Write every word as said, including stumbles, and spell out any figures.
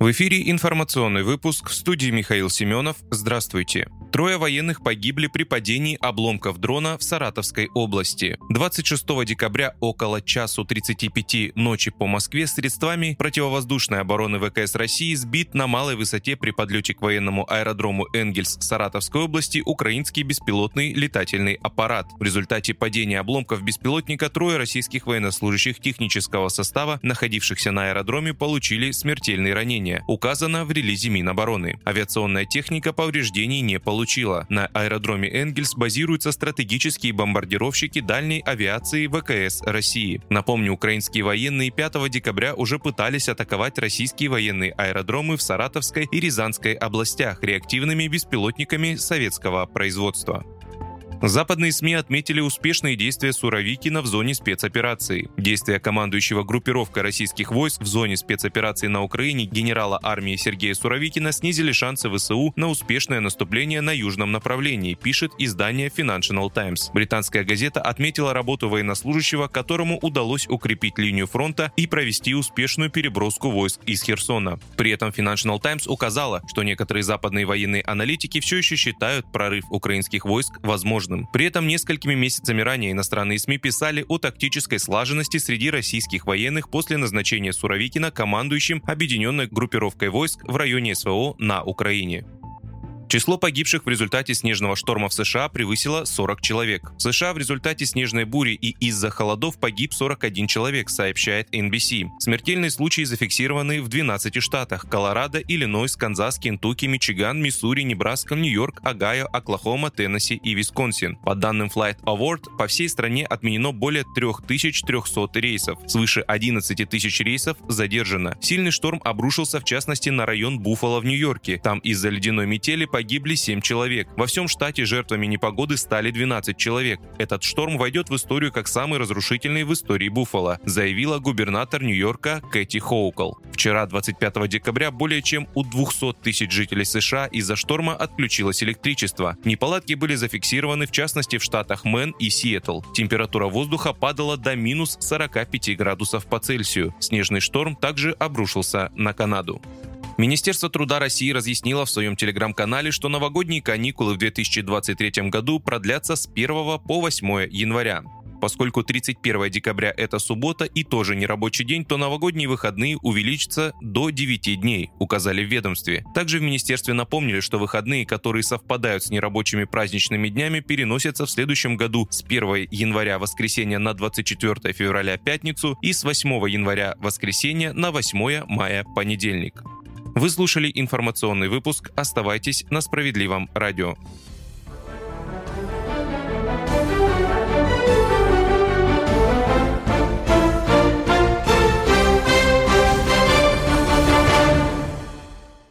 В эфире информационный выпуск, в студии Михаил Семенов. Здравствуйте. Трое военных погибли при падении обломков дрона в Саратовской области. двадцать шестого декабря около часу тридцати пяти ночи по Москве средствами противовоздушной обороны ВКС России сбит на малой высоте при подлете к военному аэродрому Энгельс Саратовской области украинский беспилотный летательный аппарат. В результате падения обломков беспилотника трое российских военнослужащих технического состава, находившихся на аэродроме, получили смертельные ранения. Указано в релизе Минобороны. Авиационная техника повреждений не получила. На аэродроме Энгельс базируются стратегические бомбардировщики дальней авиации ВКС России. Напомню, украинские военные пятого декабря уже пытались атаковать российские военные аэродромы в Саратовской и Рязанской областях реактивными беспилотниками советского производства. Западные СМИ отметили успешные действия Суровикина в зоне спецоперации. Действия командующего группировкой российских войск в зоне спецоперации на Украине генерала армии Сергея Суровикина снизили шансы ВСУ на успешное наступление на южном направлении, пишет издание Financial Times. Британская газета отметила работу военнослужащего, которому удалось укрепить линию фронта и провести успешную переброску войск из Херсона. При этом Financial Times указала, что некоторые западные военные аналитики все еще считают прорыв украинских войск возможным. При этом несколькими месяцами ранее иностранные СМИ писали о тактической слаженности среди российских военных после назначения Суровикина командующим объединенной группировкой войск в районе СВО на Украине. Число погибших в результате снежного шторма в США превысило сорок человек. В США в результате снежной бури и из-за холодов погиб сорок один человек, сообщает эн би си. Смертельные случаи зафиксированы в двенадцати штатах: Колорадо, Иллинойс, Канзас, Кентукки, Мичиган, Миссури, Небраска, Нью-Йорк, Огайо, Оклахома, Теннесси и Висконсин. По данным Flight Award, по всей стране отменено более три тысячи триста рейсов. Свыше одиннадцати тысяч рейсов задержано. Сильный шторм обрушился в частности на район Буффало в Нью-Йорке. Там из-за ледяной метели погибли Погибли семь человек. Во всем штате жертвами непогоды стали двенадцать человек. Этот шторм войдет в историю как самый разрушительный в истории Буффало, заявила губернатор Нью-Йорка Кэти Хоукл. Вчера, двадцать пятого декабря, более чем у двухсот тысяч жителей США из-за шторма отключилось электричество. Неполадки были зафиксированы в частности в штатах Мэн и Сиэтл. Температура воздуха падала до минус сорока пяти градусов по Цельсию. Снежный шторм также обрушился на Канаду. Министерство труда России разъяснило в своем телеграм-канале, что новогодние каникулы в две тысячи двадцать третьем году продлятся с первого по восьмое января. Поскольку тридцать первого декабря – это суббота и тоже нерабочий день, то новогодние выходные увеличатся до девяти дней, указали в ведомстве. Также в министерстве напомнили, что выходные, которые совпадают с нерабочими праздничными днями, переносятся в следующем году с первого января воскресенья на двадцать четвёртое февраля пятницу и с восьмого января воскресенья на восьмое мая понедельник. Вы слушали информационный выпуск. Оставайтесь на Справедливом радио.